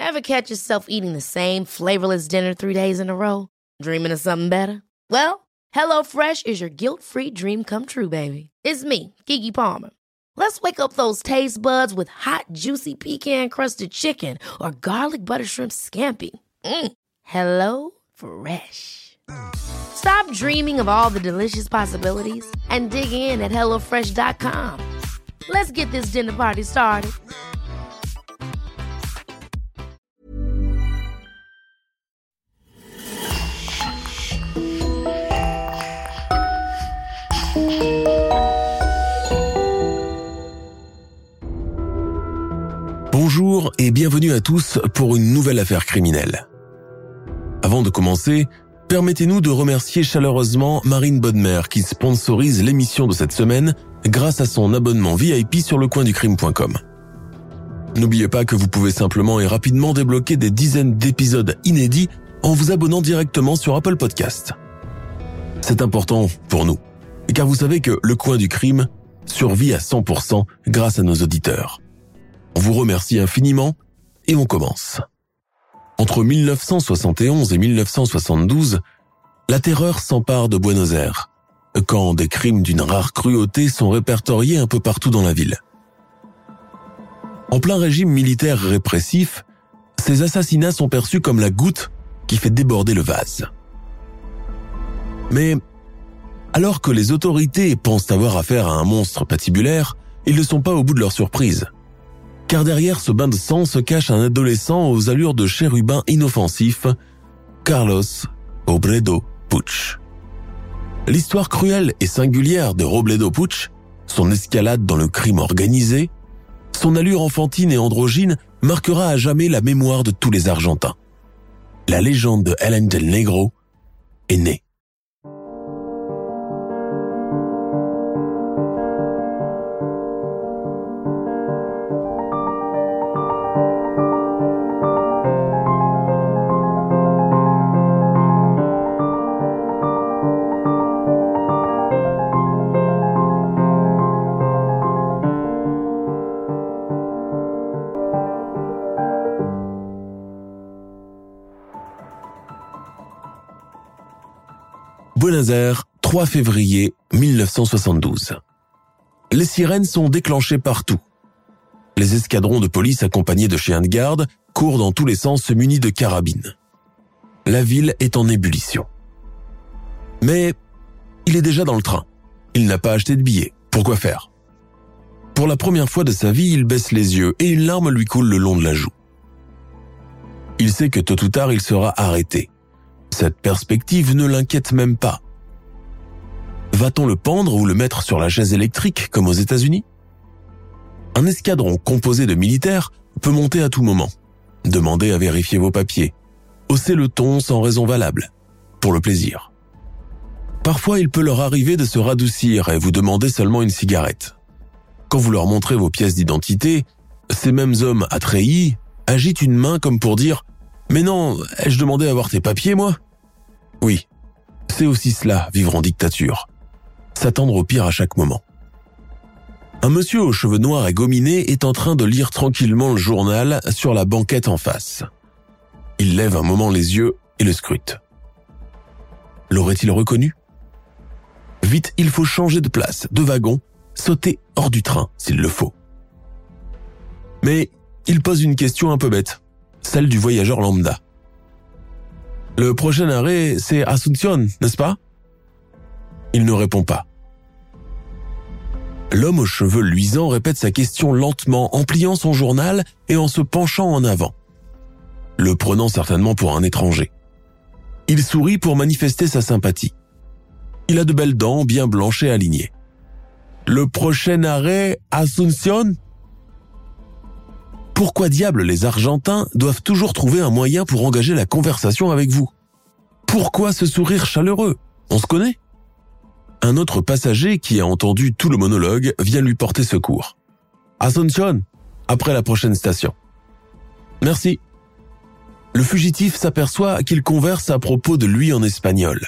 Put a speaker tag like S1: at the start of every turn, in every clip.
S1: Ever catch yourself eating the same flavorless dinner 3 days in a row? Dreaming of something better? Well, HelloFresh is your guilt-free dream come true, baby. It's me, Keke Palmer. Let's wake up those taste buds with hot, juicy pecan-crusted chicken or garlic butter shrimp scampi. Hello Fresh. Stop dreaming of all the delicious possibilities and dig in at HelloFresh.com. Let's get this dinner party started.
S2: Bonjour et bienvenue à tous pour une nouvelle affaire criminelle. Avant de commencer, permettez-nous de remercier chaleureusement Marine Bodmer qui sponsorise l'émission de cette semaine grâce à son abonnement VIP sur lecoinducrime.com. N'oubliez pas que vous pouvez simplement et rapidement débloquer des dizaines d'épisodes inédits en vous abonnant directement sur Apple Podcasts. C'est important pour nous, car vous savez que Le Coin du Crime survit à 100% grâce à nos auditeurs. On vous remercie infiniment et on commence. Entre 1971 et 1972, la terreur s'empare de Buenos Aires, quand des crimes d'une rare cruauté sont répertoriés un peu partout dans la ville. En plein régime militaire répressif, ces assassinats sont perçus comme la goutte qui fait déborder le vase. Mais alors que les autorités pensent avoir affaire à un monstre patibulaire, ils ne sont pas au bout de leur surprise. Car derrière ce bain de sang se cache un adolescent aux allures de chérubin inoffensif, Carlos Robledo Puig. L'histoire cruelle et singulière de Robledo Puig, son escalade dans le crime organisé, son allure enfantine et androgyne marquera à jamais la mémoire de tous les Argentins. La légende de Helen del Negro est née. Buenos Aires, 3 février 1972. Les sirènes sont déclenchées partout. Les escadrons de police accompagnés de chiens de garde courent dans tous les sens munis de carabines. La ville est en ébullition. Mais il est déjà dans le train. Il n'a pas acheté de billets. Pourquoi faire? Pour la première fois de sa vie, il baisse les yeux et une larme lui coule le long de la joue. Il sait que tôt ou tard, il sera arrêté. Cette perspective ne l'inquiète même pas. Va-t-on le pendre ou le mettre sur la chaise électrique comme aux États-Unis? Un escadron composé de militaires peut monter à tout moment. Demandez à vérifier vos papiers. Haussez le ton sans raison valable, pour le plaisir. Parfois, il peut leur arriver de se radoucir et vous demander seulement une cigarette. Quand vous leur montrez vos pièces d'identité, ces mêmes hommes attrayis agitent une main comme pour dire « Mais non, ai-je demandé à voir tes papiers, moi ?» Oui, c'est aussi cela, vivre en dictature. S'attendre au pire à chaque moment. Un monsieur aux cheveux noirs et gominés est en train de lire tranquillement le journal sur la banquette en face. Il lève un moment les yeux et le scrute. L'aurait-il reconnu? Vite, il faut changer de place, de wagon, sauter hors du train s'il le faut. Mais il pose une question un peu bête, celle du voyageur lambda. Le prochain arrêt, c'est Asunción, n'est-ce pas? Il ne répond pas. L'homme aux cheveux luisants répète sa question lentement en pliant son journal et en se penchant en avant, le prenant certainement pour un étranger. Il sourit pour manifester sa sympathie. Il a de belles dents bien blanches et alignées. Le prochain arrêt, Asunción? Pourquoi diable les Argentins doivent toujours trouver un moyen pour engager la conversation avec vous? Pourquoi ce sourire chaleureux? On se connaît? Un autre passager qui a entendu tout le monologue vient lui porter secours. Asunción, après la prochaine station. Merci. Le fugitif s'aperçoit qu'il converse à propos de lui en espagnol.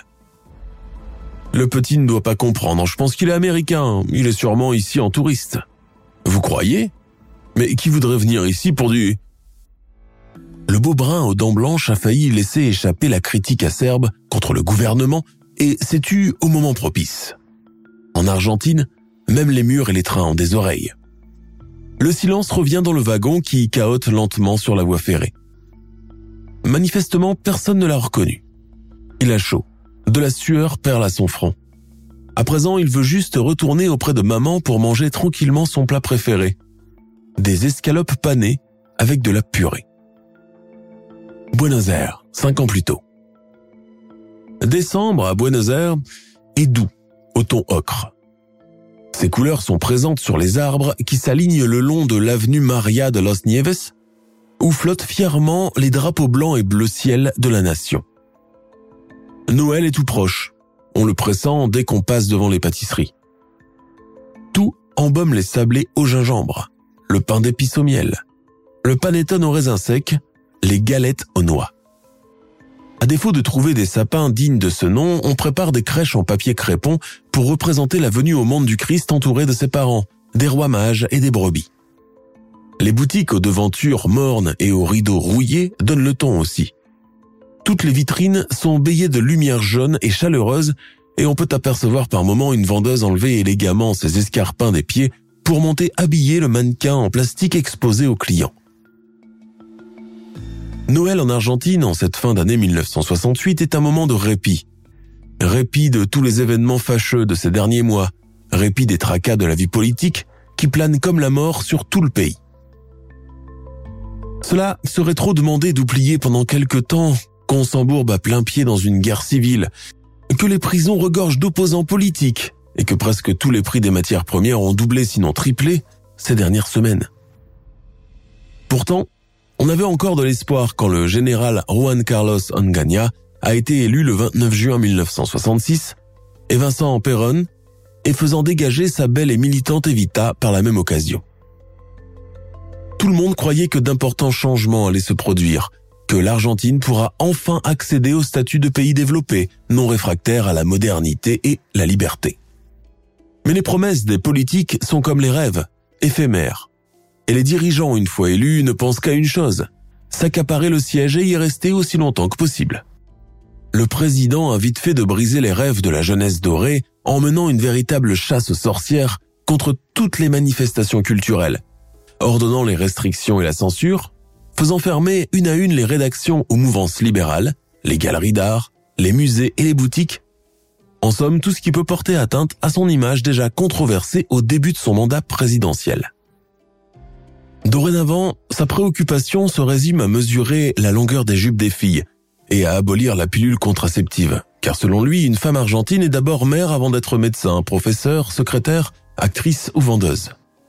S2: Le petit ne doit pas comprendre, je pense qu'il est américain, il est sûrement ici en touriste. Vous croyez? Mais qui voudrait venir ici pour du... Le beau brun aux dents blanches a failli laisser échapper la critique acerbe contre le gouvernement et s'est tu au moment propice. En Argentine, même les murs et les trains ont des oreilles. Le silence revient dans le wagon qui cahote lentement sur la voie ferrée. Manifestement, personne ne l'a reconnu. Il a chaud, de la sueur perle à son front. À présent, il veut juste retourner auprès de maman pour manger tranquillement son plat préféré. Des escalopes panées avec de la purée. Buenos Aires, 5 ans plus tôt. Décembre à Buenos Aires est doux, au ton ocre. Ses couleurs sont présentes sur les arbres qui s'alignent le long de l'avenue Maria de los Nieves, où flottent fièrement les drapeaux blancs et bleu ciel de la nation. Noël est tout proche. On le pressent dès qu'on passe devant les pâtisseries. Tout embaume les sablés au gingembre, le pain d'épices au miel, le panettone au raisin sec, les galettes aux noix. À défaut de trouver des sapins dignes de ce nom, on prépare des crèches en papier crépon pour représenter la venue au monde du Christ entouré de ses parents, des rois mages et des brebis. Les boutiques aux devantures mornes et aux rideaux rouillés donnent le ton aussi. Toutes les vitrines sont baignées de lumière jaune et chaleureuse et on peut apercevoir par moments une vendeuse enlever élégamment ses escarpins des pieds pour monter habiller le mannequin en plastique exposé aux clients. Noël en Argentine, en cette fin d'année 1968, est un moment de répit. Répit de tous les événements fâcheux de ces derniers mois, répit des tracas de la vie politique qui planent comme la mort sur tout le pays. Cela serait trop demandé d'oublier pendant quelque temps qu'on s'embourbe à plein pied dans une guerre civile, que les prisons regorgent d'opposants politiques et que presque tous les prix des matières premières ont doublé sinon triplé ces dernières semaines. Pourtant, on avait encore de l'espoir quand le général Juan Carlos Onganía a été élu le 29 juin 1966 et Vincent Perón est faisant dégager sa belle et militante Evita par la même occasion. Tout le monde croyait que d'importants changements allaient se produire, que l'Argentine pourra enfin accéder au statut de pays développé, non réfractaire à la modernité et la liberté. Mais les promesses des politiques sont comme les rêves, éphémères. Et les dirigeants, une fois élus, ne pensent qu'à une chose, s'accaparer le siège et y rester aussi longtemps que possible. Le président a vite fait de briser les rêves de la jeunesse dorée en menant une véritable chasse aux sorcières contre toutes les manifestations culturelles, ordonnant les restrictions et la censure, faisant fermer une à une les rédactions aux mouvances libérales, les galeries d'art, les musées et les boutiques. En somme, tout ce qui peut porter atteinte à son image déjà controversée au début de son mandat présidentiel. Dorénavant, sa préoccupation se résume à mesurer la longueur des jupes des filles et à abolir la pilule contraceptive, car selon lui, une femme argentine est d'abord mère avant d'être médecin, professeur, secrétaire, actrice ou vendeuse.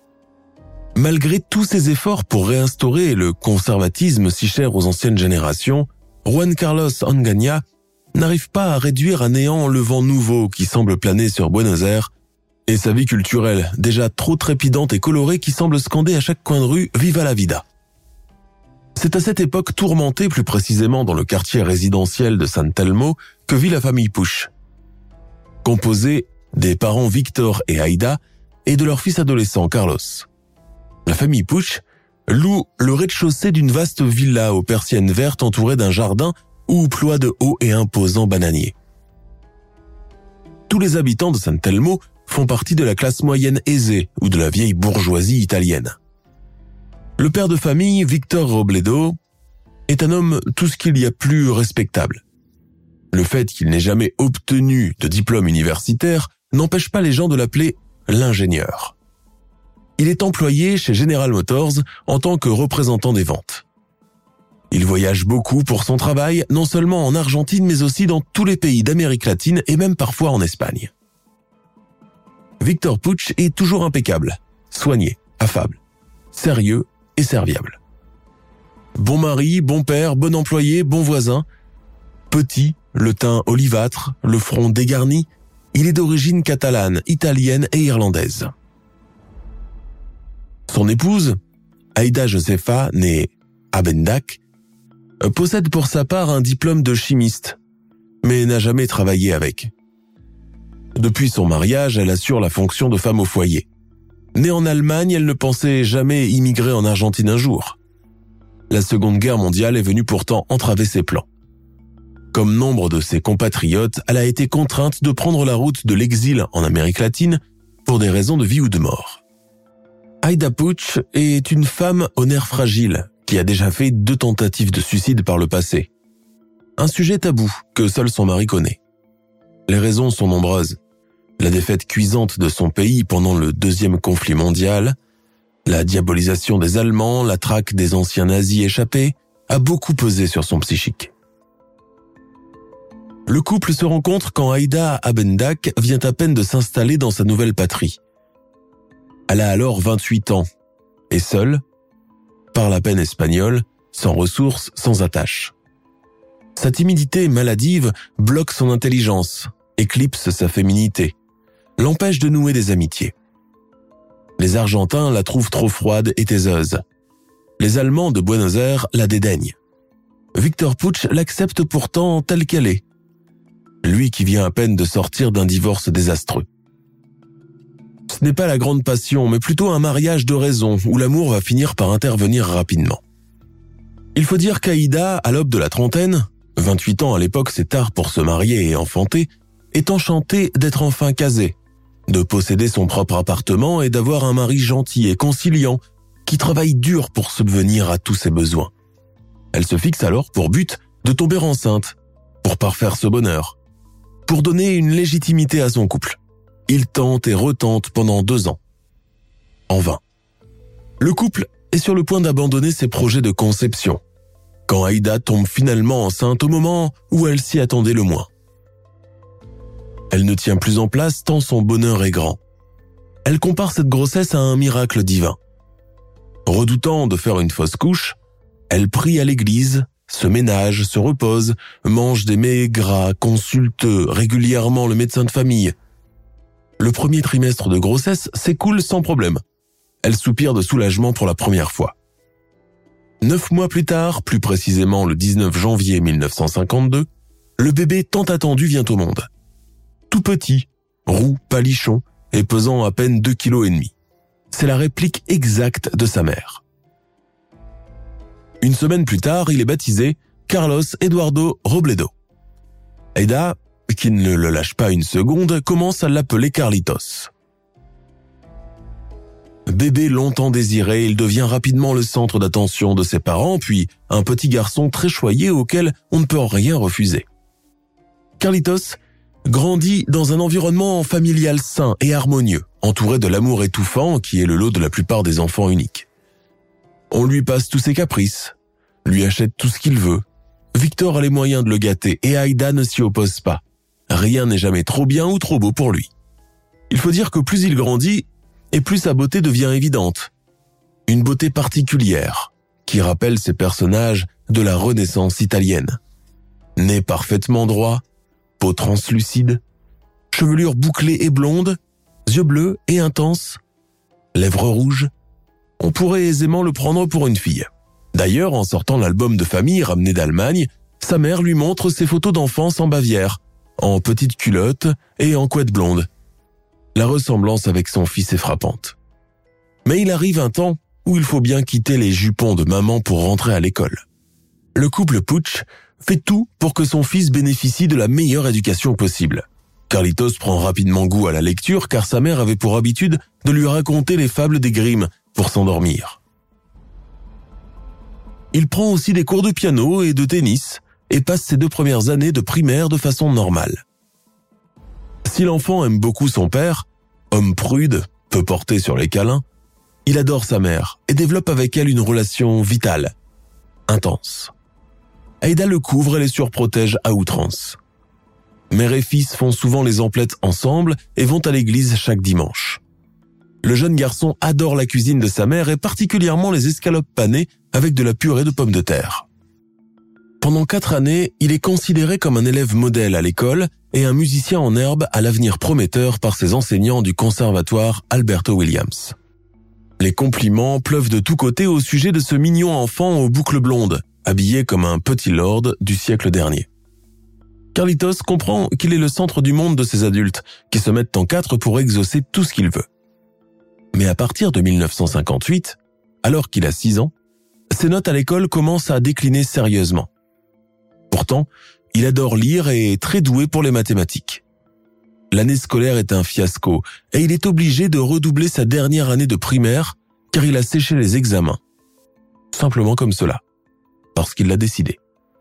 S2: Malgré tous ses efforts pour réinstaurer le conservatisme si cher aux anciennes générations, Juan Carlos Onganía n'arrive pas à réduire à néant le vent nouveau qui semble planer sur Buenos Aires et sa vie culturelle, déjà trop trépidante et colorée qui semble scander à chaque coin de rue « Viva la vida ». C'est à cette époque tourmentée, plus précisément dans le quartier résidentiel de San Telmo, que vit la famille Puch. Composée des parents Victor et Aida et de leur fils adolescent Carlos. La famille Puch loue le rez-de-chaussée d'une vaste villa aux persiennes vertes entourée d'un jardin où ploient de hauts et imposants bananiers. Tous les habitants de San Telmo font partie de la classe moyenne aisée ou de la vieille bourgeoisie italienne. Le père de famille, Victor Robledo, est un homme tout ce qu'il y a plus respectable. Le fait qu'il n'ait jamais obtenu de diplôme universitaire n'empêche pas les gens de l'appeler l'ingénieur. Il est employé chez General Motors en tant que représentant des ventes. Il voyage beaucoup pour son travail, non seulement en Argentine mais aussi dans tous les pays d'Amérique latine et même parfois en Espagne. Victor Puch est toujours impeccable, soigné, affable, sérieux et serviable. Bon mari, bon père, bon employé, bon voisin. Petit, le teint olivâtre, le front dégarni, il est d'origine catalane, italienne et irlandaise. Son épouse, Aida Josefa, née Abendak, possède pour sa part un diplôme de chimiste, mais n'a jamais travaillé avec. Depuis son mariage, elle assure la fonction de femme au foyer. Née en Allemagne, elle ne pensait jamais immigrer en Argentine un jour. la Seconde Guerre mondiale est venue pourtant entraver ses plans. Comme nombre de ses compatriotes, elle a été contrainte de prendre la route de l'exil en Amérique latine pour des raisons de vie ou de mort. Aida Puig est une femme aux nerfs fragiles qui a déjà fait 2 tentatives de suicide par le passé. Un sujet tabou que seul son mari connaît. Les raisons sont nombreuses. La défaite cuisante de son pays pendant le 2e conflit mondial, la diabolisation des Allemands, la traque des anciens nazis échappés, a beaucoup pesé sur son psychique. Le couple se rencontre quand Aida Abendak vient à peine de s'installer dans sa nouvelle patrie. Elle a alors 28 ans, et seule, parle à peine espagnol, sans ressources, sans attache. Sa timidité maladive bloque son intelligence, éclipse sa féminité, l'empêche de nouer des amitiés. Les Argentins la trouvent trop froide et taiseuse. Les Allemands de Buenos Aires la dédaignent. Victor Puig l'accepte pourtant telle qu'elle est. Lui qui vient à peine de sortir d'un divorce désastreux. Ce n'est pas la grande passion, mais plutôt un mariage de raison où l'amour va finir par intervenir rapidement. Il faut dire qu'Aïda, à l'aube de la trentaine, 28 ans à l'époque c'est tard pour se marier et enfanter, est enchantée d'être enfin casée, de posséder son propre appartement et d'avoir un mari gentil et conciliant qui travaille dur pour subvenir à tous ses besoins. Elle se fixe alors pour but de tomber enceinte, pour parfaire ce bonheur, pour donner une légitimité à son couple. Il tente et retente pendant 2 ans. En vain. Le couple est sur le point d'abandonner ses projets de conception, quand Aïda tombe finalement enceinte au moment où elle s'y attendait le moins. Elle ne tient plus en place tant son bonheur est grand. Elle compare cette grossesse à un miracle divin. Redoutant de faire une fausse couche, elle prie à l'église, se ménage, se repose, mange des mets gras, consulte régulièrement le médecin de famille. Le premier trimestre de grossesse s'écoule sans problème. Elle soupire de soulagement pour la première fois. 9 mois plus tard, plus précisément le 19 janvier 1952, le bébé tant attendu vient au monde. Tout petit, roux, palichon et pesant à peine 2,5 kg. C'est la réplique exacte de sa mère. Une semaine plus tard, il est baptisé Carlos Eduardo Robledo. Aïda, qui ne le lâche pas une seconde, commence à l'appeler Carlitos. Bébé longtemps désiré, il devient rapidement le centre d'attention de ses parents, puis un petit garçon très choyé auquel on ne peut rien refuser. Carlitos grandit dans un environnement familial sain et harmonieux, entouré de l'amour étouffant qui est le lot de la plupart des enfants uniques. On lui passe tous ses caprices, lui achète tout ce qu'il veut. Victor a les moyens de le gâter et Aïda ne s'y oppose pas. Rien n'est jamais trop bien ou trop beau pour lui. Il faut dire que plus il grandit, et plus sa beauté devient évidente. Une beauté particulière, qui rappelle ces personnages de la Renaissance italienne. Nez parfaitement droit, peau translucide, chevelure bouclée et blonde, yeux bleus et intenses, lèvres rouges. On pourrait aisément le prendre pour une fille. D'ailleurs, en sortant l'album de famille ramené d'Allemagne, sa mère lui montre ses photos d'enfance en Bavière, en petite culotte et en couette blonde. La ressemblance avec son fils est frappante. Mais il arrive un temps où il faut bien quitter les jupons de maman pour rentrer à l'école. Le couple Puig fait tout pour que son fils bénéficie de la meilleure éducation possible. Carlitos prend rapidement goût à la lecture car sa mère avait pour habitude de lui raconter les fables des Grimm pour s'endormir. Il prend aussi des cours de piano et de tennis et passe ses 2 premières années de primaire de façon normale. Si l'enfant aime beaucoup son père, homme prude, peu porté sur les câlins, il adore sa mère et développe avec elle une relation vitale, intense. Aïda le couvre et les surprotège à outrance. Mère et fils font souvent les emplettes ensemble et vont à l'église chaque dimanche. Le jeune garçon adore la cuisine de sa mère et particulièrement les escalopes panées avec de la purée de pommes de terre. Pendant 4 années, il est considéré comme un élève modèle à l'école et un musicien en herbe à l'avenir prometteur par ses enseignants du conservatoire Alberto Williams. Les compliments pleuvent de tous côtés au sujet de ce mignon enfant aux boucles blondes, habillé comme un petit lord du siècle dernier. Carlitos comprend qu'il est le centre du monde de ces adultes qui se mettent en 4 pour exaucer tout ce qu'il veut. Mais à partir de 1958, alors qu'il a 6 ans, ses notes à l'école commencent à décliner sérieusement. Pourtant, il adore lire et est très doué pour les mathématiques. L'année scolaire est un fiasco et il est obligé de redoubler sa dernière année de primaire car il a séché les examens. Simplement comme cela, parce qu'il l'a décidé.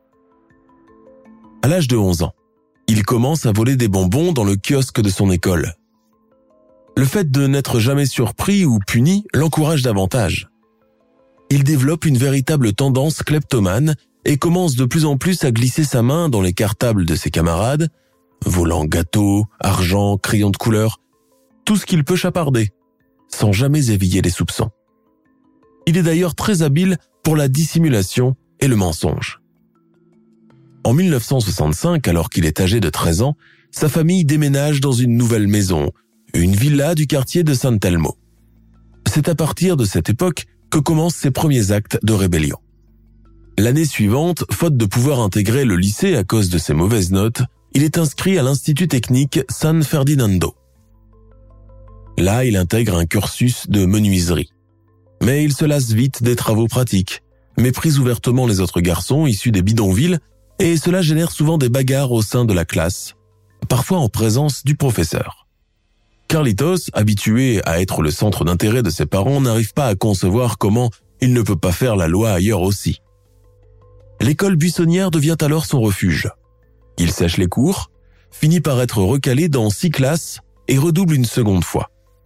S2: À l'âge de 11 ans, il commence à voler des bonbons dans le kiosque de son école. Le fait de n'être jamais surpris ou puni l'encourage davantage. Il développe une véritable tendance kleptomane et commence de plus en plus à glisser sa main dans les cartables de ses camarades, volant gâteaux, argent, crayons de couleur, tout ce qu'il peut chaparder, sans jamais éveiller les soupçons. Il est d'ailleurs très habile pour la dissimulation et le mensonge. En 1965, alors qu'il est âgé de 13 ans, sa famille déménage dans une nouvelle maison, une villa du quartier de San Telmo. C'est à partir de cette époque que commencent ses premiers actes de rébellion. L'année suivante, faute de pouvoir intégrer le lycée à cause de ses mauvaises notes, il est inscrit à l'Institut technique San Ferdinando. Là, il intègre un cursus de menuiserie. Mais il se lasse vite des travaux pratiques, méprise ouvertement les autres garçons issus des bidonvilles et cela génère souvent des bagarres au sein de la classe, parfois en présence du professeur. Carlitos, habitué à être le centre d'intérêt de ses parents, n'arrive pas à concevoir comment il ne peut pas faire la loi ailleurs aussi. L'école buissonnière devient alors son refuge. Il sèche les cours, finit par être recalé dans 6 classes et redouble une seconde fois.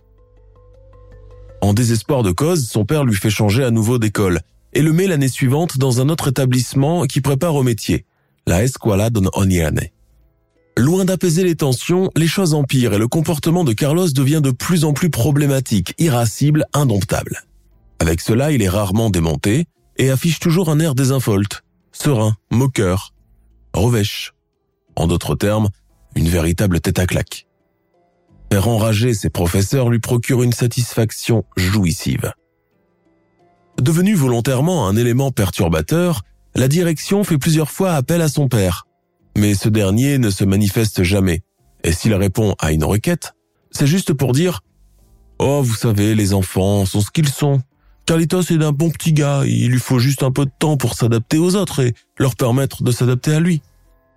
S2: En désespoir de cause, son père lui fait changer à nouveau d'école et le met l'année suivante dans un autre établissement qui prépare au métier, la Escuela Don Oniane. Loin d'apaiser les tensions, les choses empirent et le comportement de Carlos devient de plus en plus problématique, irascible, indomptable. Avec cela, il est rarement démonté et affiche toujours un air désinvolte, serein, moqueur, revêche. En d'autres termes, une véritable tête à claque. Faire enrager ses professeurs lui procure une satisfaction jouissive. Devenu volontairement un élément perturbateur, la direction fait plusieurs fois appel à son père. Mais ce dernier ne se manifeste jamais. Et s'il répond à une requête, c'est juste pour dire « Oh, vous savez, les enfants sont ce qu'ils sont. Carlitos est d'un bon petit gars, il lui faut juste un peu de temps pour s'adapter aux autres et leur permettre de s'adapter à lui. »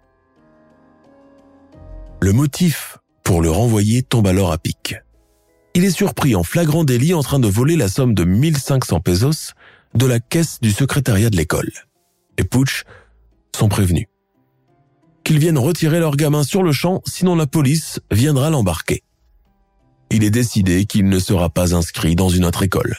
S2: Le motif pour le renvoyer tombe alors à pic. Il est surpris en flagrant délit en train de voler la somme de 1500 pesos de la caisse du secrétariat de l'école. Les Puch sont prévenus qu'ils viennent retirer leur gamin sur le champ, sinon la police viendra l'embarquer. Il est décidé qu'il ne sera pas inscrit dans une autre école.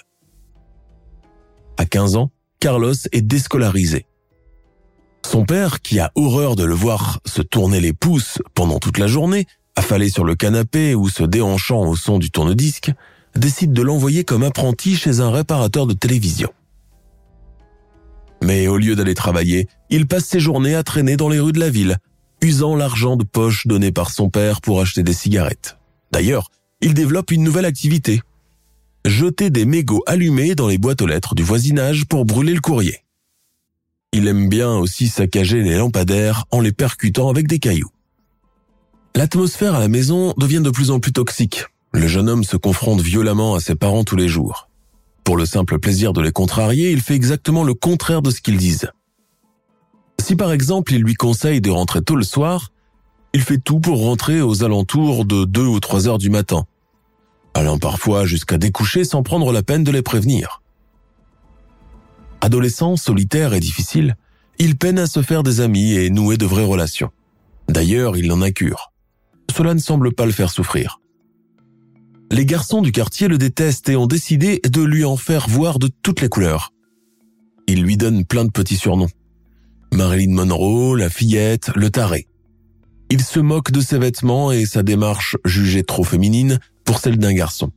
S2: À 15 ans, Carlos est déscolarisé. Son père, qui a horreur de le voir se tourner les pouces pendant toute la journée, affalé sur le canapé ou se déhanchant au son du tourne-disque, décide de l'envoyer comme apprenti chez un réparateur de télévision. Mais au lieu d'aller travailler, il passe ses journées à traîner dans les rues de la ville, usant l'argent de poche donné par son père pour acheter des cigarettes. D'ailleurs, il développe une nouvelle activité. Jeter des mégots allumés dans les boîtes aux lettres du voisinage pour brûler le courrier. Il aime bien aussi saccager les lampadaires en les percutant avec des cailloux. L'atmosphère à la maison devient de plus en plus toxique. Le jeune homme se confronte violemment à ses parents tous les jours. Pour le simple plaisir de les contrarier, il fait exactement le contraire de ce qu'ils disent. Si par exemple il lui conseille de rentrer tôt le soir, il fait tout pour rentrer aux alentours de 2 ou 3 heures du matin, allant parfois jusqu'à découcher sans prendre la peine de les prévenir. Adolescent, solitaire et difficile, il peine à se faire des amis et nouer de vraies relations. D'ailleurs, il en a cure. Cela ne semble pas le faire souffrir. Les garçons du quartier le détestent et ont décidé de lui en faire voir de toutes les couleurs. Ils lui donnent plein de petits surnoms. Marilyn Monroe, la fillette, le taré. Il se moque de ses vêtements et sa démarche jugée trop féminine pour celle d'un garçon.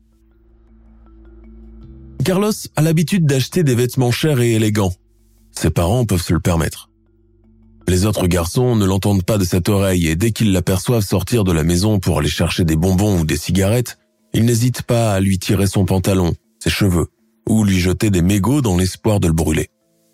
S2: Carlos a l'habitude d'acheter des vêtements chers et élégants. Ses parents peuvent se le permettre. Les autres garçons ne l'entendent pas de cette oreille et dès qu'ils l'aperçoivent sortir de la maison pour aller chercher des bonbons ou des cigarettes, ils n'hésitent pas à lui tirer son pantalon, ses cheveux, ou lui jeter des mégots dans l'espoir de le brûler.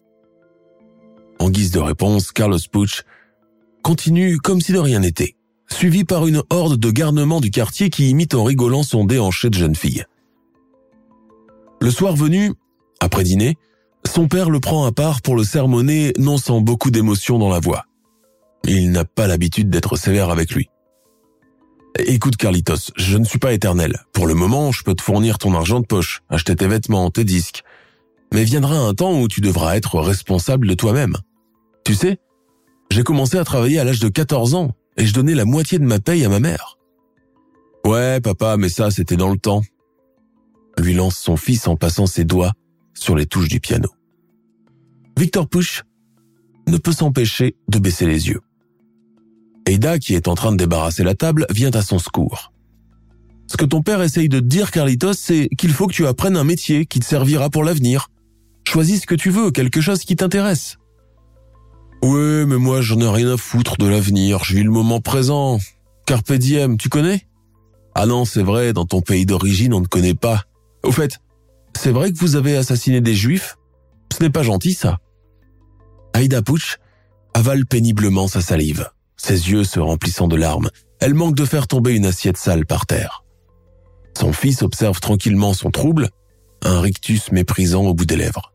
S2: En guise de réponse, Carlos Puch continue comme si de rien n'était, suivi par une horde de garnements du quartier qui imite en rigolant son déhanché de jeune fille. Le soir venu, après dîner, Son père le prend à part pour le sermonner, non sans beaucoup d'émotion dans la voix. Il n'a pas l'habitude d'être sévère avec lui. « Écoute Carlitos, je ne suis pas éternel. Pour le moment, je peux te fournir ton argent de poche, acheter tes vêtements, tes disques. Mais viendra un temps où tu devras être responsable de toi-même. Tu sais, j'ai commencé à travailler à l'âge de 14 ans et je donnais la moitié de ma paye à ma mère. »« Ouais, papa, mais ça, c'était dans le temps. » lui lance son fils en passant ses doigts sur les touches du piano. Victor Pusch ne peut s'empêcher de baisser les yeux. Ada, qui est en train de débarrasser la table, vient à son secours. « Ce que ton père essaye de te dire, Carlitos, c'est qu'il faut que tu apprennes un métier qui te servira pour l'avenir. Choisis ce que tu veux, quelque chose qui t'intéresse. »« Ouais, mais moi, j'en ai rien à foutre de l'avenir, je vis le moment présent. Carpe diem, tu connais ? » ?»« Ah non, c'est vrai, dans ton pays d'origine, on ne connaît pas. Au fait, c'est vrai que vous avez assassiné des juifs ? Ce n'est pas gentil, ça. » Ada Pusch avale péniblement sa salive, ses yeux se remplissant de larmes. Elle manque de faire tomber une assiette sale par terre. Son fils observe tranquillement son trouble, un rictus méprisant au bout des lèvres.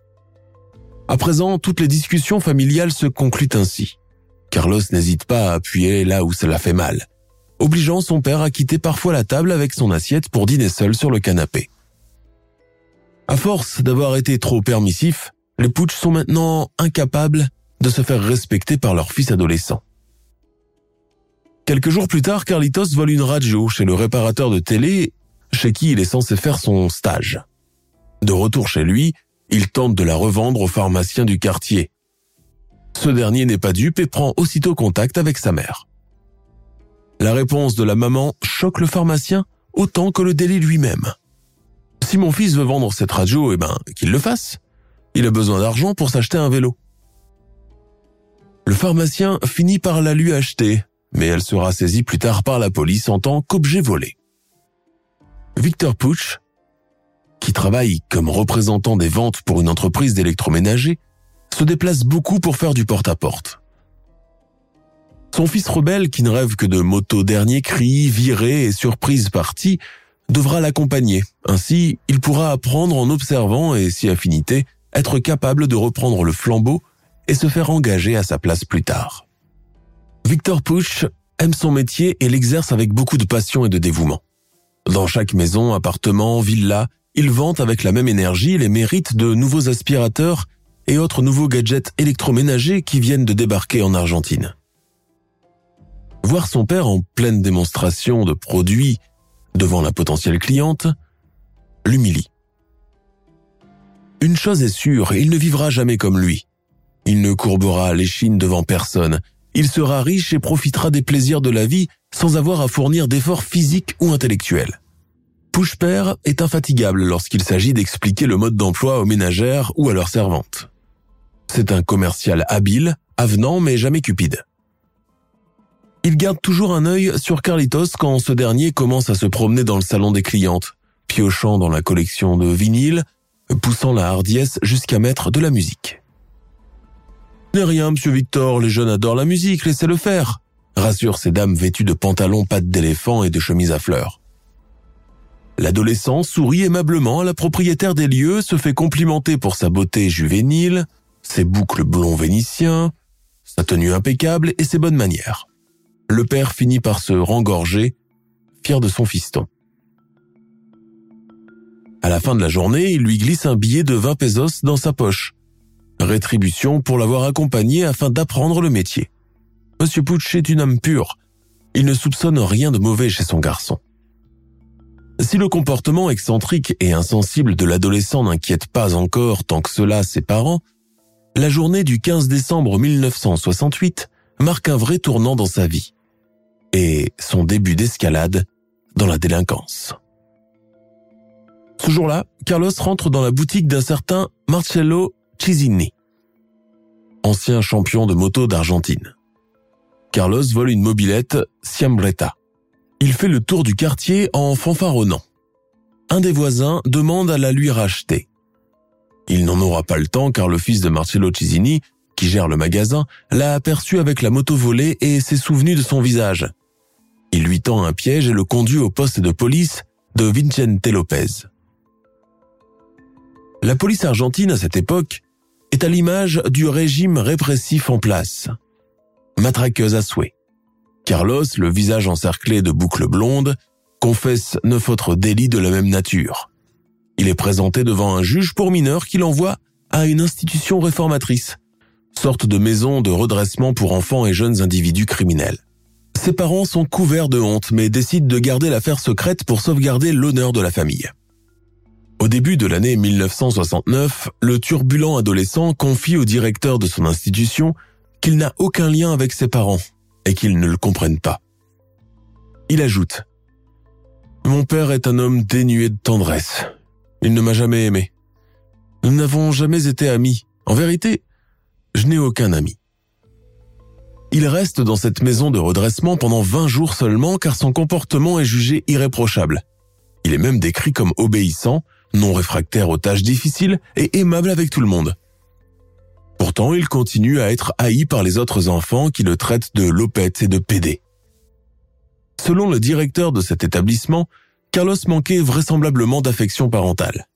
S2: À présent, toutes les discussions familiales se concluent ainsi. Carlos n'hésite pas à appuyer là où cela fait mal, obligeant son père à quitter parfois la table avec son assiette pour dîner seul sur le canapé. À force d'avoir été trop permissifs, les Pusch sont maintenant incapables de se faire respecter par leur fils adolescent. Quelques jours plus tard, Carlitos vole une radio chez le réparateur de télé chez qui il est censé faire son stage. De retour chez lui, il tente de la revendre au pharmacien du quartier. Ce dernier n'est pas dupe et prend aussitôt contact avec sa mère. La réponse de la maman choque le pharmacien autant que le délit lui-même. Si mon fils veut vendre cette radio, qu'il le fasse. Il a besoin d'argent pour s'acheter un vélo. Le pharmacien finit par la lui acheter, mais elle sera saisie plus tard par la police en tant qu'objet volé. Victor Pusch, qui travaille comme représentant des ventes pour une entreprise d'électroménager, se déplace beaucoup pour faire du porte-à-porte. Son fils rebelle, qui ne rêve que de moto dernier cri, virée et surprise partie, devra l'accompagner. Ainsi, il pourra apprendre en observant et, si affinité, être capable de reprendre le flambeau et se faire engager à sa place plus tard. Victor Pusch aime son métier et l'exerce avec beaucoup de passion et de dévouement. Dans chaque maison, appartement, villa, il vante avec la même énergie les mérites de nouveaux aspirateurs et autres nouveaux gadgets électroménagers qui viennent de débarquer en Argentine. Voir son père en pleine démonstration de produits devant la potentielle cliente l'humilie. Une chose est sûre, il ne vivra jamais comme lui. Il ne courbera l'échine devant personne. Il sera riche et profitera des plaisirs de la vie sans avoir à fournir d'efforts physiques ou intellectuels. Pusch père est infatigable lorsqu'il s'agit d'expliquer le mode d'emploi aux ménagères ou à leurs servantes. C'est un commercial habile, avenant mais jamais cupide. Il garde toujours un œil sur Carlitos quand ce dernier commence à se promener dans le salon des clientes, piochant dans la collection de vinyles, poussant la hardiesse jusqu'à mettre de la musique. « N'est rien, monsieur Victor, les jeunes adorent la musique, laissez-le faire », rassure ces dames vêtues de pantalons pattes d'éléphant et de chemises à fleurs. L'adolescent sourit aimablement à la propriétaire des lieux, se fait complimenter pour sa beauté juvénile, ses boucles blonds vénitiens, sa tenue impeccable et ses bonnes manières. Le père finit par se rengorger, fier de son fiston. À la fin de la journée, il lui glisse un billet de 20 pesos dans sa poche. Rétribution pour l'avoir accompagné afin d'apprendre le métier. Monsieur Pusch est une âme pure. Il ne soupçonne rien de mauvais chez son garçon. Si le comportement excentrique et insensible de l'adolescent n'inquiète pas encore tant que cela ses parents, la journée du 15 décembre 1968 marque un vrai tournant dans sa vie et son début d'escalade dans la délinquance. Ce jour-là, Carlos rentre dans la boutique d'un certain Marcello Cizzini, ancien champion de moto d'Argentine. Carlos vole une mobilette Siambretta. Il fait le tour du quartier en fanfaronnant. Un des voisins demande à la lui racheter. Il n'en aura pas le temps car le fils de Marcello Cizzini, qui gère le magasin, l'a aperçu avec la moto volée et s'est souvenu de son visage. Il lui tend un piège et le conduit au poste de police de Vicente Lopez. La police argentine à cette époque est à l'image du régime répressif en place. Matraqueuse à souhait. Carlos, le visage encerclé de boucles blondes, confesse 9 autres délits de la même nature. Il est présenté devant un juge pour mineurs qui l'envoie à une institution réformatrice, sorte de maison de redressement pour enfants et jeunes individus criminels. Ses parents sont couverts de honte mais décident de garder l'affaire secrète pour sauvegarder l'honneur de la famille. Au début de l'année 1969, le turbulent adolescent confie au directeur de son institution qu'il n'a aucun lien avec ses parents et qu'ils ne le comprennent pas. Il ajoute « Mon père est un homme dénué de tendresse. Il ne m'a jamais aimé. Nous n'avons jamais été amis. En vérité, je n'ai aucun ami. » Il reste dans cette maison de redressement pendant 20 jours seulement car son comportement est jugé irréprochable. Il est même décrit comme obéissant, non réfractaire aux tâches difficiles et aimable avec tout le monde. Pourtant, il continue à être haï par les autres enfants qui le traitent de lopette et de pédé. Selon le directeur de cet établissement, Carlos manquait vraisemblablement d'affection parentale.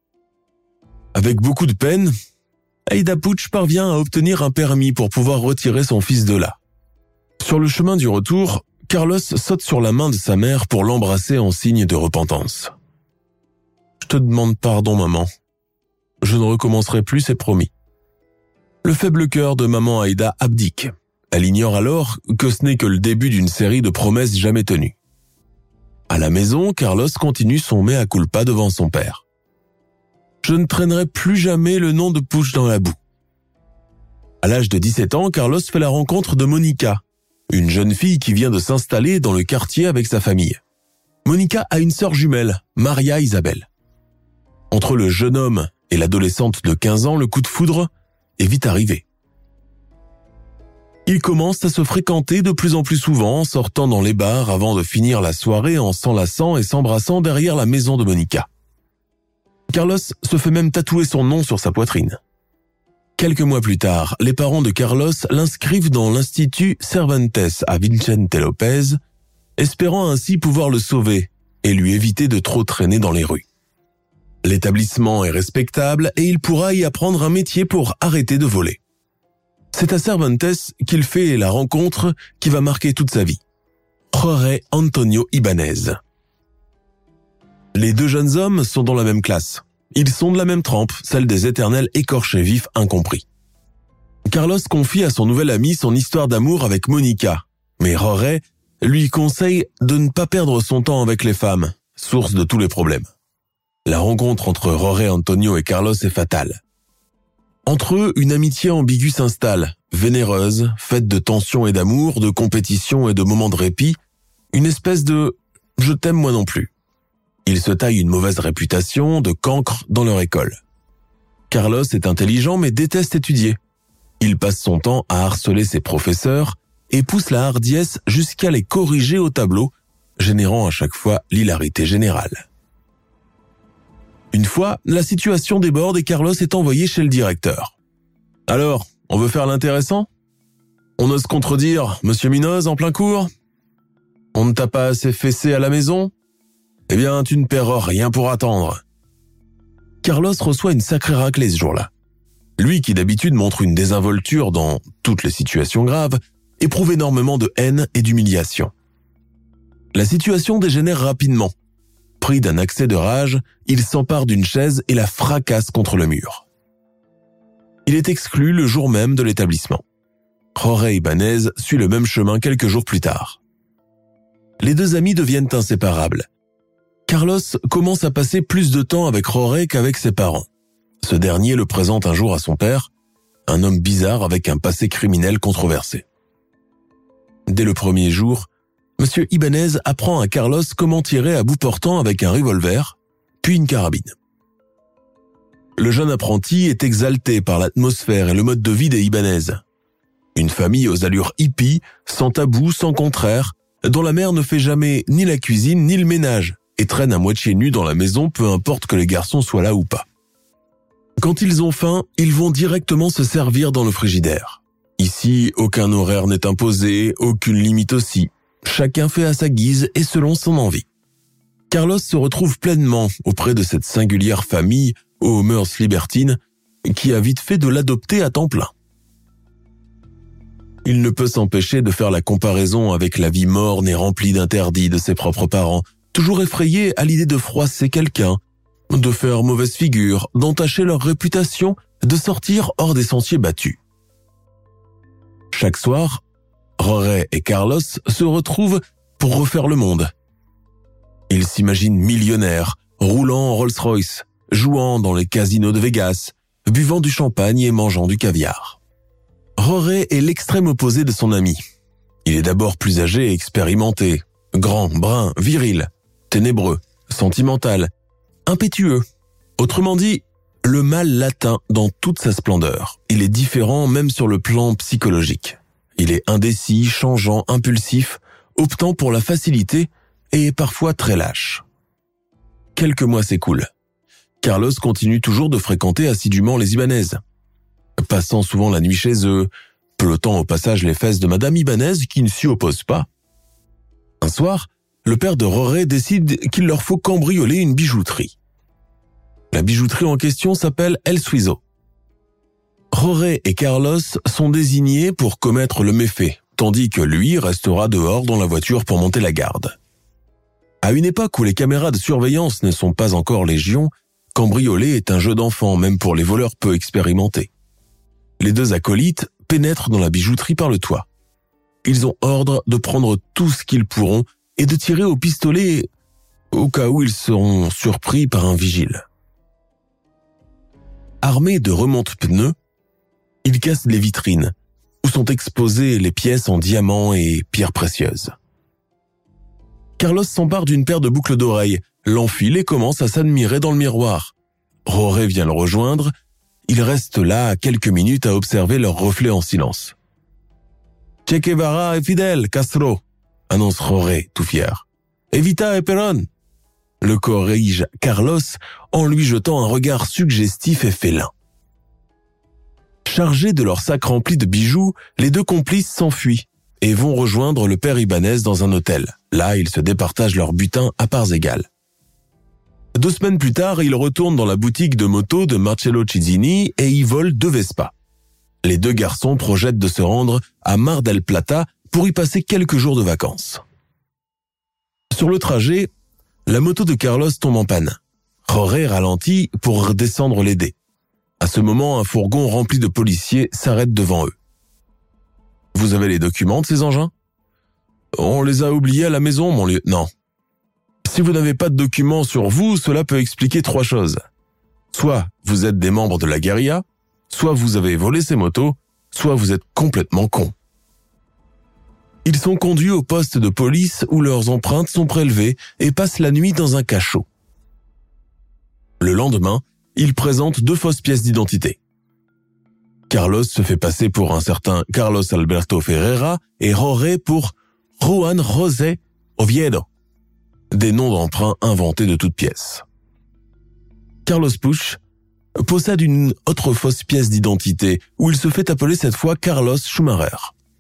S2: Avec beaucoup de peine, Aida Puig parvient à obtenir un permis pour pouvoir retirer son fils de là. Sur le chemin du retour, Carlos saute sur la main de sa mère pour l'embrasser en signe de repentance. « Je te demande pardon, maman. Je ne recommencerai plus, c'est promis. » Le faible cœur de maman Aida abdique. Elle ignore alors que ce n'est que le début d'une série de promesses jamais tenues. À la maison, Carlos continue son mea culpa devant son père. « Je ne traînerai plus jamais le nom de Puig dans la boue. » À l'âge de 17 ans, Carlos fait la rencontre de Monica, une jeune fille qui vient de s'installer dans le quartier avec sa famille. Monica a une sœur jumelle, Maria Isabel. Entre le jeune homme et l'adolescente de 15 ans, le coup de foudre est vite arrivé. Ils commencent à se fréquenter de plus en plus souvent, sortant dans les bars avant de finir la soirée en s'enlaçant et s'embrassant derrière la maison de Monica. Carlos se fait même tatouer son nom sur sa poitrine. Quelques mois plus tard, les parents de Carlos l'inscrivent dans l'Institut Cervantes à Vicente López, espérant ainsi pouvoir le sauver et lui éviter de trop traîner dans les rues. L'établissement est respectable et il pourra y apprendre un métier pour arrêter de voler. C'est à Cervantes qu'il fait la rencontre qui va marquer toute sa vie. Jorge Antonio Ibanez. Les deux jeunes hommes sont dans la même classe. Ils sont de la même trempe, celle des éternels écorchés vifs incompris. Carlos confie à son nouvel ami son histoire d'amour avec Monica, mais Jorge lui conseille de ne pas perdre son temps avec les femmes, source de tous les problèmes. La rencontre entre Jorge Antonio et Carlos est fatale. Entre eux, une amitié ambiguë s'installe, vénéreuse, faite de tensions et d'amour, de compétition et de moments de répit, une espèce de « je t'aime moi non plus ». Ils se taillent une mauvaise réputation de cancre dans leur école. Carlos est intelligent mais déteste étudier. Il passe son temps à harceler ses professeurs et pousse la hardiesse jusqu'à les corriger au tableau, générant à chaque fois l'hilarité générale. Une fois, la situation déborde et Carlos est envoyé chez le directeur. « Alors, on veut faire l'intéressant ? On ose contredire Monsieur Minoz en plein cours ? On ne t'a pas assez fessé à la maison ? Eh bien, tu ne perds rien pour attendre. » Carlos reçoit une sacrée raclée ce jour-là. Lui, qui d'habitude montre une désinvolture dans toutes les situations graves, éprouve énormément de haine et d'humiliation. La situation dégénère rapidement. Pris d'un accès de rage, il s'empare d'une chaise et la fracasse contre le mur. Il est exclu le jour même de l'établissement. Jorge Ibanez suit le même chemin quelques jours plus tard. Les deux amis deviennent inséparables. Carlos commence à passer plus de temps avec Jorge qu'avec ses parents. Ce dernier le présente un jour à son père, un homme bizarre avec un passé criminel controversé. Dès le premier jour, M. Ibanez apprend à Carlos comment tirer à bout portant avec un revolver, puis une carabine. Le jeune apprenti est exalté par l'atmosphère et le mode de vie des Ibanez. Une famille aux allures hippies, sans tabou, sans contraire, dont la mère ne fait jamais ni la cuisine ni le ménage et traîne à moitié nus dans la maison peu importe que les garçons soient là ou pas. Quand ils ont faim, ils vont directement se servir dans le frigidaire. Ici, aucun horaire n'est imposé, aucune limite aussi. Chacun fait à sa guise et selon son envie. Carlos se retrouve pleinement auprès de cette singulière famille aux mœurs libertines, qui a vite fait de l'adopter à temps plein. Il ne peut s'empêcher de faire la comparaison avec la vie morne et remplie d'interdits de ses propres parents, toujours effrayés à l'idée de froisser quelqu'un, de faire mauvaise figure, d'entacher leur réputation, de sortir hors des sentiers battus. Chaque soir, Jorge et Carlos se retrouvent pour refaire le monde. Ils s'imaginent millionnaires, roulant en Rolls-Royce, jouant dans les casinos de Vegas, buvant du champagne et mangeant du caviar. Jorge est l'extrême opposé de son ami. Il est d'abord plus âgé et expérimenté, grand, brun, viril, ténébreux, sentimental, impétueux. Autrement dit, le mal l'atteint dans toute sa splendeur. Il est différent même sur le plan psychologique. Il est indécis, changeant, impulsif, optant pour la facilité et parfois très lâche. Quelques mois s'écoulent. Carlos continue toujours de fréquenter assidûment les Ibanez, passant souvent la nuit chez eux, pelotant au passage les fesses de Madame Ibanez qui ne s'y oppose pas. Un soir, le père de Jorge décide qu'il leur faut cambrioler une bijouterie. La bijouterie en question s'appelle El Suizo. Jorge et Carlos sont désignés pour commettre le méfait, tandis que lui restera dehors dans la voiture pour monter la garde. À une époque où les caméras de surveillance ne sont pas encore légion, cambrioler est un jeu d'enfant, même pour les voleurs peu expérimentés. Les deux acolytes pénètrent dans la bijouterie par le toit. Ils ont ordre de prendre tout ce qu'ils pourront et de tirer au pistolet au cas où ils seront surpris par un vigile. Armés de remonte-pneus, ils cassent les vitrines, où sont exposées les pièces en diamants et pierres précieuses. Carlos s'empare d'une paire de boucles d'oreilles, l'enfile et commence à s'admirer dans le miroir. Jorge vient le rejoindre. Il reste là quelques minutes à observer leur reflet en silence. « Che Guevara est fidèle, Castro », annonce Jorge, tout fier. « Evita et Perón », le corrige Carlos en lui jetant un regard suggestif et félin. Chargés de leur sac rempli de bijoux, les deux complices s'enfuient et vont rejoindre le père Ibanez dans un hôtel. Là, ils se départagent leur butin à parts égales. 2 semaines plus tard, ils retournent dans la boutique de moto de Marcello Cizzini et y volent 2 Vespa. Les 2 garçons projettent de se rendre à Mar del Plata pour y passer quelques jours de vacances. Sur le trajet, la moto de Carlos tombe en panne. Jorge ralentit pour descendre l'aider. À ce moment, un fourgon rempli de policiers s'arrête devant eux. « Vous avez les documents de ces engins ? » ?»« On les a oubliés à la maison, mon lieutenant. » Si vous n'avez pas de documents sur vous, cela peut expliquer 3 choses. Soit vous êtes des membres de la guérilla, soit vous avez volé ces motos, soit vous êtes complètement con. Ils sont conduits au poste de police où leurs empreintes sont prélevées et passent la nuit dans un cachot. Le lendemain, ils présentent 2 fausses pièces d'identité. Carlos se fait passer pour un certain Carlos Alberto Ferreira et Jorge pour Juan José Oviedo, des noms d'emprunt inventés de toutes pièces. Carlos Puch possède une autre fausse pièce d'identité où il se fait appeler cette fois Carlos Schumacher.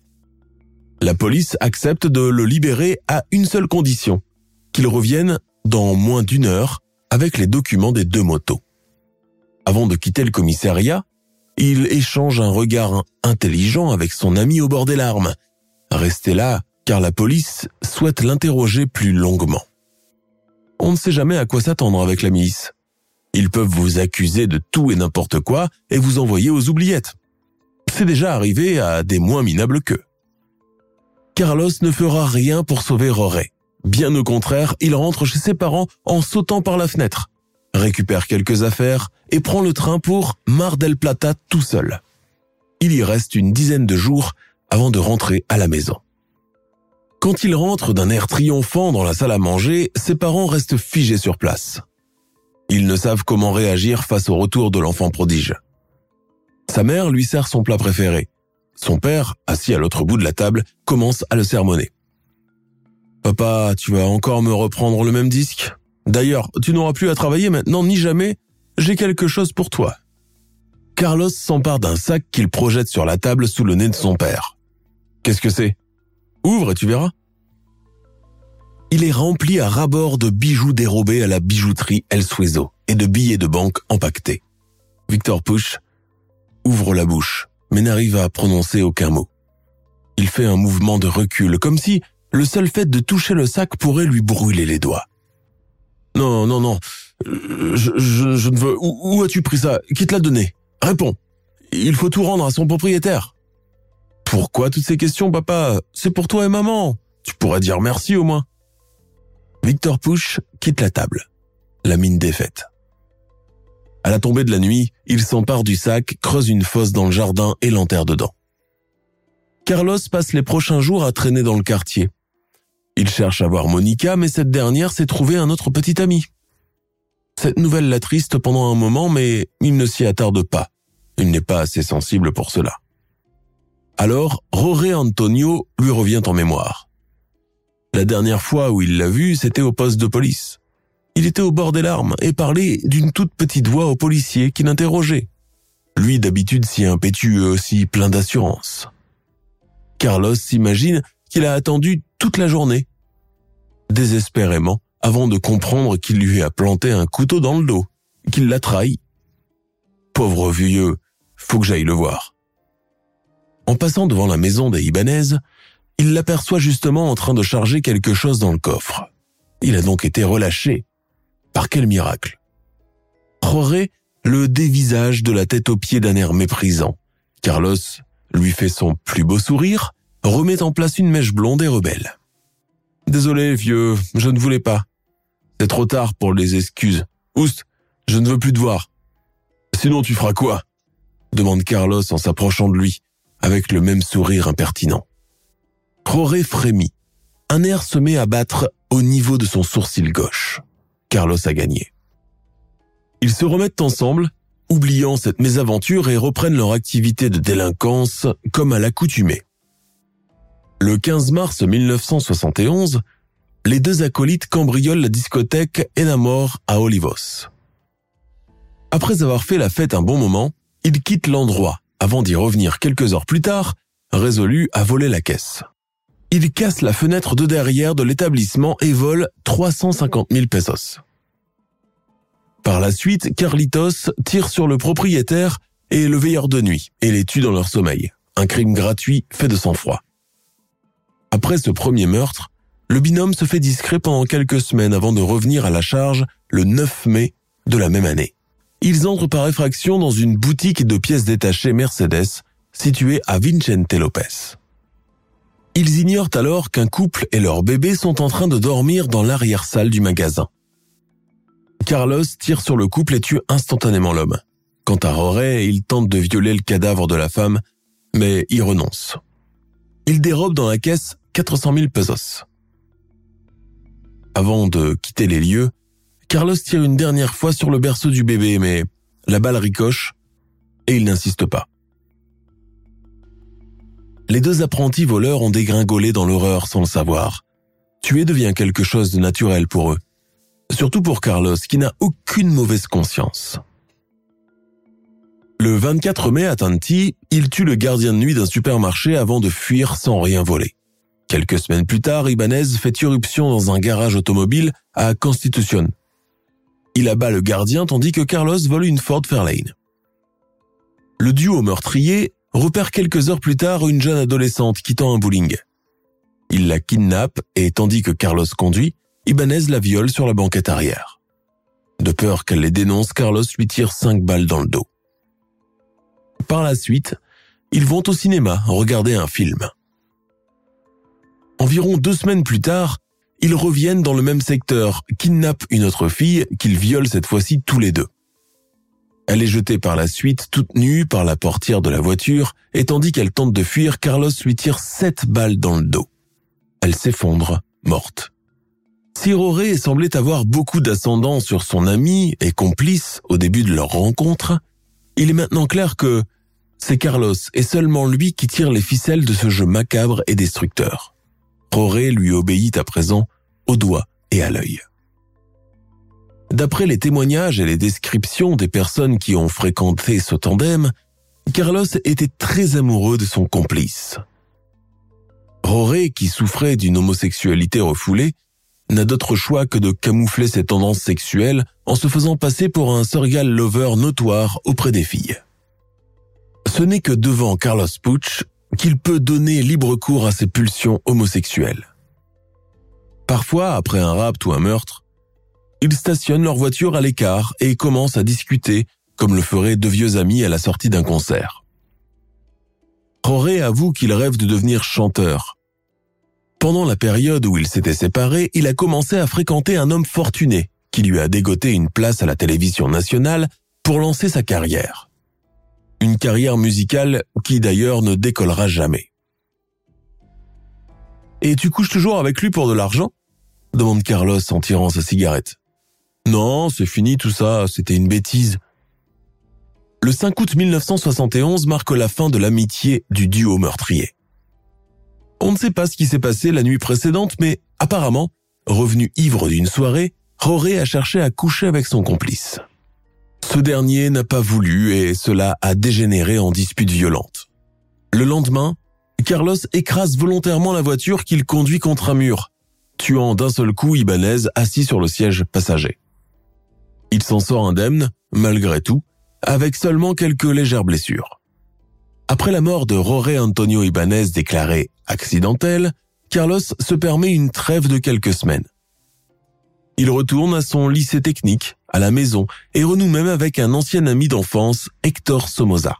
S2: La police accepte de le libérer à une seule condition, qu'il revienne dans moins d'1 heure avec les documents des 2 motos. Avant de quitter le commissariat, il échange un regard intelligent avec son ami au bord des larmes. Restez là, car la police souhaite l'interroger plus longuement. On ne sait jamais à quoi s'attendre avec la milice. Ils peuvent vous accuser de tout et n'importe quoi et vous envoyer aux oubliettes. C'est déjà arrivé à des moins minables qu'eux. Carlos ne fera rien pour sauver Jorge. Bien au contraire, il rentre chez ses parents en sautant par la fenêtre, récupère quelques affaires et prend le train pour Mar del Plata tout seul. Il y reste une dizaine de jours avant de rentrer à la maison. Quand il rentre d'un air triomphant dans la salle à manger, ses parents restent figés sur place. Ils ne savent comment réagir face au retour de l'enfant prodige. Sa mère lui sert son plat préféré. Son père, assis à l'autre bout de la table, commence à le sermonner. « Papa, tu vas encore me reprendre le même disque ? D'ailleurs, tu n'auras plus à travailler maintenant ni jamais. J'ai quelque chose pour toi. » Carlos s'empare d'un sac qu'il projette sur la table sous le nez de son père. « Qu'est-ce que c'est ? Ouvre et tu verras. » Il est rempli à ras-bord de bijoux dérobés à la bijouterie El Suizo. et de billets de banque empaquetés. Victor Pusch ouvre la bouche, mais n'arrive à prononcer aucun mot. Il fait un mouvement de recul, comme si le seul fait de toucher le sac pourrait lui brûler les doigts. « Non, je ne veux... Où as-tu pris ça? Qui te l'a donné? Réponds. Il faut tout rendre à son propriétaire. » « Pourquoi toutes ces questions, papa? C'est pour toi et maman. Tu pourrais dire merci au moins. » Victor Pusch quitte la table, la mine défaite. À la tombée de la nuit, il s'empare du sac, creuse une fosse dans le jardin et l'enterre dedans. Carlos passe les prochains jours à traîner dans le quartier. Il cherche à voir Monica, mais cette dernière s'est trouvée un autre petit ami. Cette nouvelle l'attriste pendant un moment, mais il ne s'y attarde pas. Il n'est pas assez sensible pour cela. Alors, Jorge Antonio lui revient en mémoire. La dernière fois où il l'a vu, c'était au poste de police. Il était au bord des larmes et parlait d'une toute petite voix au policier qui l'interrogeait. Lui, d'habitude si impétueux, si plein d'assurance. Carlos s'imagine qu'il a attendu toute la journée, désespérément, avant de comprendre qu'il lui a planté un couteau dans le dos, qu'il l'a trahi. Pauvre vieux, faut que j'aille le voir. En passant devant la maison des Ibanez, il l'aperçoit justement en train de charger quelque chose dans le coffre. Il a donc été relâché. Par quel miracle? Jorge le dévisage de la tête aux pieds d'un air méprisant. Carlos lui fait son plus beau sourire, remet en place une mèche blonde et rebelle. « Désolé, vieux, je ne voulais pas. C'est trop tard pour les excuses. Oust, je ne veux plus te voir. »« Sinon tu feras quoi ?» demande Carlos en s'approchant de lui, avec le même sourire impertinent. Jorge frémit. Un air se met à battre au niveau de son sourcil gauche. Carlos a gagné. Ils se remettent ensemble, oubliant cette mésaventure et reprennent leur activité de délinquance comme à l'accoutumée. Le 15 mars 1971, les deux acolytes cambriolent la discothèque Enamor à Olivos. Après avoir fait la fête un bon moment, ils quittent l'endroit avant d'y revenir quelques heures plus tard, résolus à voler la caisse. Ils cassent la fenêtre de derrière de l'établissement et volent 350 000 pesos. Par la suite, Carlitos tire sur le propriétaire et le veilleur de nuit et les tue dans leur sommeil. Un crime gratuit fait de sang-froid. Après ce premier meurtre, le binôme se fait discret pendant quelques semaines avant de revenir à la charge le 9 mai de la même année. Ils entrent par effraction dans une boutique de pièces détachées Mercedes située à Vicente López. Ils ignorent alors qu'un couple et leur bébé sont en train de dormir dans l'arrière-salle du magasin. Carlos tire sur le couple et tue instantanément l'homme. Quant à Jorge, il tente de violer le cadavre de la femme, mais il renonce. Il dérobe dans la caisse 400 000 pesos. Avant de quitter les lieux, Carlos tire une dernière fois sur le berceau du bébé, mais la balle ricoche et il n'insiste pas. Les deux apprentis voleurs ont dégringolé dans l'horreur sans le savoir. Tuer devient quelque chose de naturel pour eux. Surtout pour Carlos, qui n'a aucune mauvaise conscience. Le 24 mai à Tanti, il tue le gardien de nuit d'un supermarché avant de fuir sans rien voler. Quelques semaines plus tard, Ibanez fait irruption dans un garage automobile à Constitución. Il abat le gardien tandis que Carlos vole une Ford Fairlane. Le duo meurtrier repère quelques heures plus tard une jeune adolescente quittant un bowling. Il la kidnappe et tandis que Carlos conduit, Ibanez la viole sur la banquette arrière. De peur qu'elle les dénonce, Carlos lui tire 5 balles dans le dos. Par la suite, ils vont au cinéma regarder un film. Environ 2 semaines plus tard, ils reviennent dans le même secteur, kidnappent une autre fille qu'ils violent cette fois-ci tous les deux. Elle est jetée par la suite toute nue par la portière de la voiture et tandis qu'elle tente de fuir, Carlos lui tire 7 balles dans le dos. Elle s'effondre, morte. Si Jorge semblait avoir beaucoup d'ascendant sur son ami et complice au début de leur rencontre, il est maintenant clair que c'est Carlos et seulement lui qui tire les ficelles de ce jeu macabre et destructeur. Jorge lui obéit à présent au doigt et à l'œil. D'après les témoignages et les descriptions des personnes qui ont fréquenté ce tandem, Carlos était très amoureux de son complice. Jorge, qui souffrait d'une homosexualité refoulée, n'a d'autre choix que de camoufler ses tendances sexuelles en se faisant passer pour un serial lover notoire auprès des filles. Ce n'est que devant Carlos Puch qu'il peut donner libre cours à ses pulsions homosexuelles. Parfois, après un rapt ou un meurtre, ils stationnent leur voiture à l'écart et commencent à discuter comme le feraient deux vieux amis à la sortie d'un concert. Jorge avoue qu'il rêve de devenir chanteur. Pendant la période où ils s'étaient séparés, il a commencé à fréquenter un homme fortuné qui lui a dégoté une place à la télévision nationale pour lancer sa carrière. Une carrière musicale qui d'ailleurs ne décollera jamais. « Et tu couches toujours avec lui pour de l'argent ?» demande Carlos en tirant sa cigarette. « Non, c'est fini tout ça, c'était une bêtise. » Le 5 août 1971 marque la fin de l'amitié du duo meurtrier. On ne sait pas ce qui s'est passé la nuit précédente, mais apparemment, revenu ivre d'une soirée, Jorge a cherché à coucher avec son complice. Ce dernier n'a pas voulu et cela a dégénéré en dispute violente. Le lendemain, Carlos écrase volontairement la voiture qu'il conduit contre un mur, tuant d'un seul coup Ibanez assis sur le siège passager. Il s'en sort indemne, malgré tout, avec seulement quelques légères blessures. Après la mort de Jorge Antonio Ibanez déclarée accidentelle, Carlos se permet une trêve de quelques semaines. Il retourne à son lycée technique, à la maison, et renoue même avec un ancien ami d'enfance, Héctor Somoza.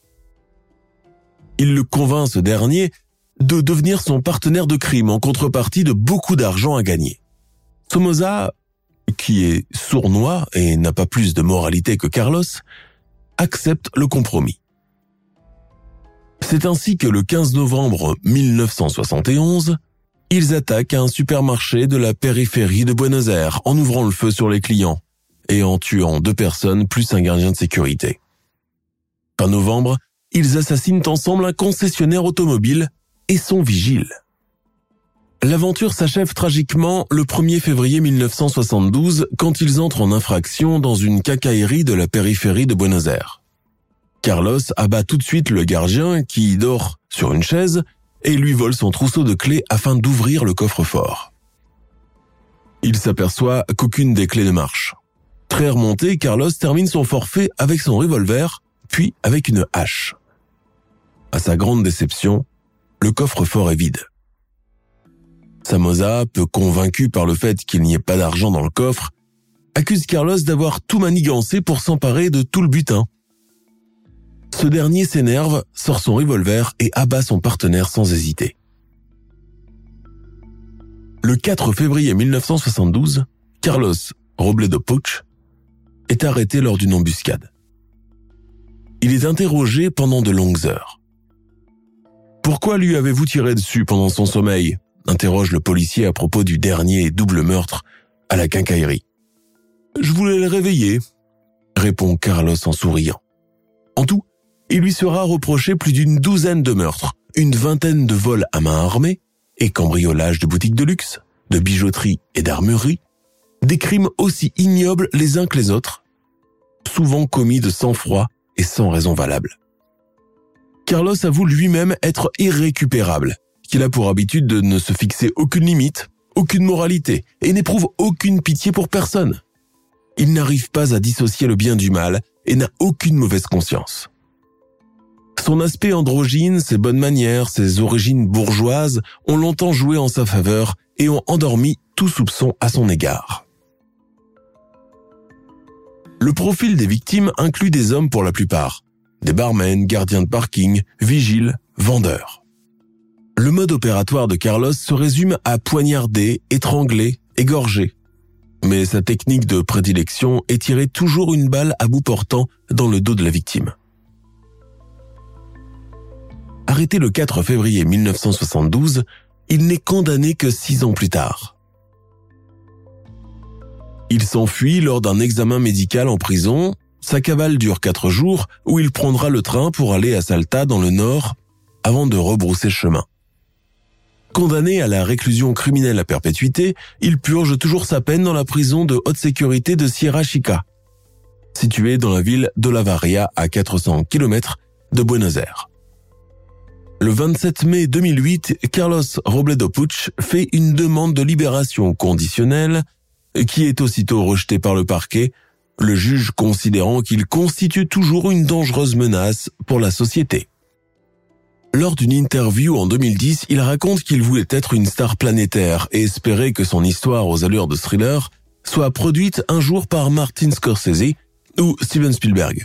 S2: Il le convainc, ce dernier, de devenir son partenaire de crime en contrepartie de beaucoup d'argent à gagner. Somoza, qui est sournois et n'a pas plus de moralité que Carlos, accepte le compromis. C'est ainsi que le 15 novembre 1971, ils attaquent un supermarché de la périphérie de Buenos Aires en ouvrant le feu sur les clients et en tuant 2 personnes plus un gardien de sécurité. Fin novembre, ils assassinent ensemble un concessionnaire automobile et son vigile. L'aventure s'achève tragiquement le 1er février 1972 quand ils entrent en infraction dans une quincaillerie de la périphérie de Buenos Aires. Carlos abat tout de suite le gardien qui dort sur une chaise et lui vole son trousseau de clés afin d'ouvrir le coffre-fort. Il s'aperçoit qu'aucune des clés ne marche. Très remonté, Carlos termine son forfait avec son revolver, puis avec une hache. À sa grande déception, le coffre-fort est vide. Somoza, peu convaincu par le fait qu'il n'y ait pas d'argent dans le coffre, accuse Carlos d'avoir tout manigancé pour s'emparer de tout le butin. Ce dernier s'énerve, sort son revolver et abat son partenaire sans hésiter. Le 4 février 1972, Carlos Robledo Puch est arrêté lors d'une embuscade. Il est interrogé pendant de longues heures. « Pourquoi lui avez-vous tiré dessus pendant son sommeil ?» interroge le policier à propos du dernier double meurtre à la quincaillerie. « Je voulais le réveiller », répond Carlos en souriant. En tout, il lui sera reproché plus d'une douzaine de meurtres, une vingtaine de vols à main armée et cambriolages de boutiques de luxe, de bijouterie et d'armurerie, des crimes aussi ignobles les uns que les autres, souvent commis de sang-froid et sans raison valable. Carlos avoue lui-même être irrécupérable, qu'il a pour habitude de ne se fixer aucune limite, aucune moralité et n'éprouve aucune pitié pour personne. Il n'arrive pas à dissocier le bien du mal et n'a aucune mauvaise conscience. Son aspect androgyne, ses bonnes manières, ses origines bourgeoises ont longtemps joué en sa faveur et ont endormi tout soupçon à son égard. Le profil des victimes inclut des hommes pour la plupart, des barmen, gardiens de parking, vigiles, vendeurs. Le mode opératoire de Carlos se résume à poignarder, étrangler, égorger. Mais sa technique de prédilection est tirer toujours une balle à bout portant dans le dos de la victime. Arrêté le 4 février 1972, il n'est condamné que 6 ans plus tard. Il s'enfuit lors d'un examen médical en prison. Sa cavale dure 4 jours où il prendra le train pour aller à Salta dans le nord avant de rebrousser chemin. Condamné à la réclusion criminelle à perpétuité, il purge toujours sa peine dans la prison de haute sécurité de Sierra Chica, située dans la ville d'Olavarria à 400 km de Buenos Aires. Le 27 mai 2008, Carlos Robledo Puig fait une demande de libération conditionnelle qui est aussitôt rejetée par le parquet, le juge considérant qu'il constitue toujours une dangereuse menace pour la société. Lors d'une interview en 2010, il raconte qu'il voulait être une star planétaire et espérait que son histoire aux allures de thriller soit produite un jour par Martin Scorsese ou Steven Spielberg.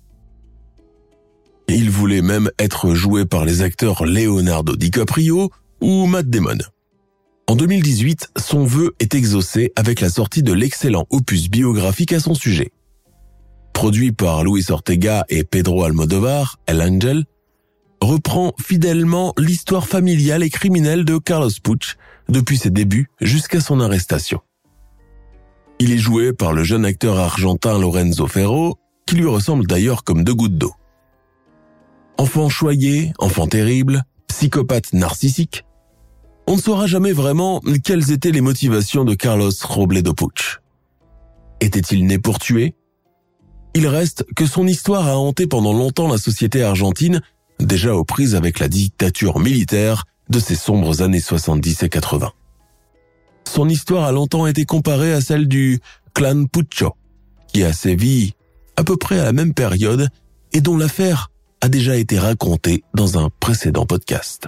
S2: Il voulait même être joué par les acteurs Leonardo DiCaprio ou Matt Damon. En 2018, son vœu est exaucé avec la sortie de l'excellent opus biographique à son sujet. Produit par Luis Ortega et Pedro Almodóvar, El Ángel, reprend fidèlement l'histoire familiale et criminelle de Carlos Puig depuis ses débuts jusqu'à son arrestation. Il est joué par le jeune acteur argentin Lorenzo Ferro, qui lui ressemble d'ailleurs comme deux gouttes d'eau. Enfant choyé, enfant terrible, psychopathe narcissique, on ne saura jamais vraiment quelles étaient les motivations de Carlos Robledo Puig. Était-il né pour tuer ? Il reste que son histoire a hanté pendant longtemps la société argentine, déjà aux prises avec la dictature militaire de ces sombres années 70 et 80. Son histoire a longtemps été comparée à celle du clan Pucho, qui a sévi à peu près à la même période et dont l'affaire a déjà été racontée dans un précédent podcast.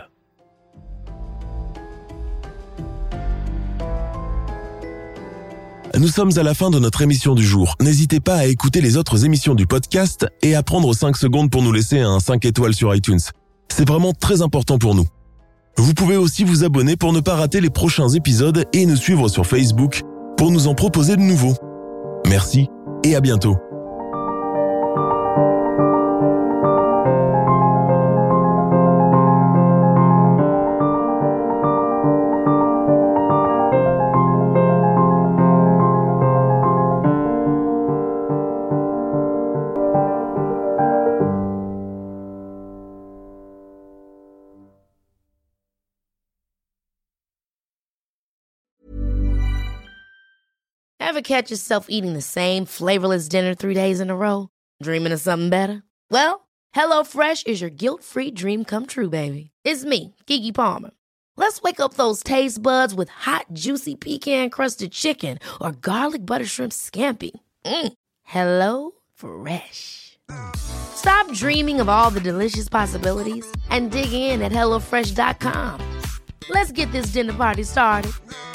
S2: Nous sommes à la fin de notre émission du jour. N'hésitez pas à écouter les autres émissions du podcast et à prendre 5 secondes pour nous laisser un 5 étoiles sur iTunes. C'est vraiment très important pour nous. Vous pouvez aussi vous abonner pour ne pas rater les prochains épisodes et nous suivre sur Facebook pour nous en proposer de nouveaux. Merci et à bientôt.
S1: Ever catch yourself eating the same flavorless dinner 3 days in a row? Dreaming of something better? Well, HelloFresh is your guilt-free dream come true, baby. It's me, Keke Palmer. Let's wake up those taste buds with hot, juicy pecan-crusted chicken or garlic butter shrimp scampi. Hello Fresh. Stop dreaming of all the delicious possibilities and dig in at HelloFresh.com. Let's get this dinner party started.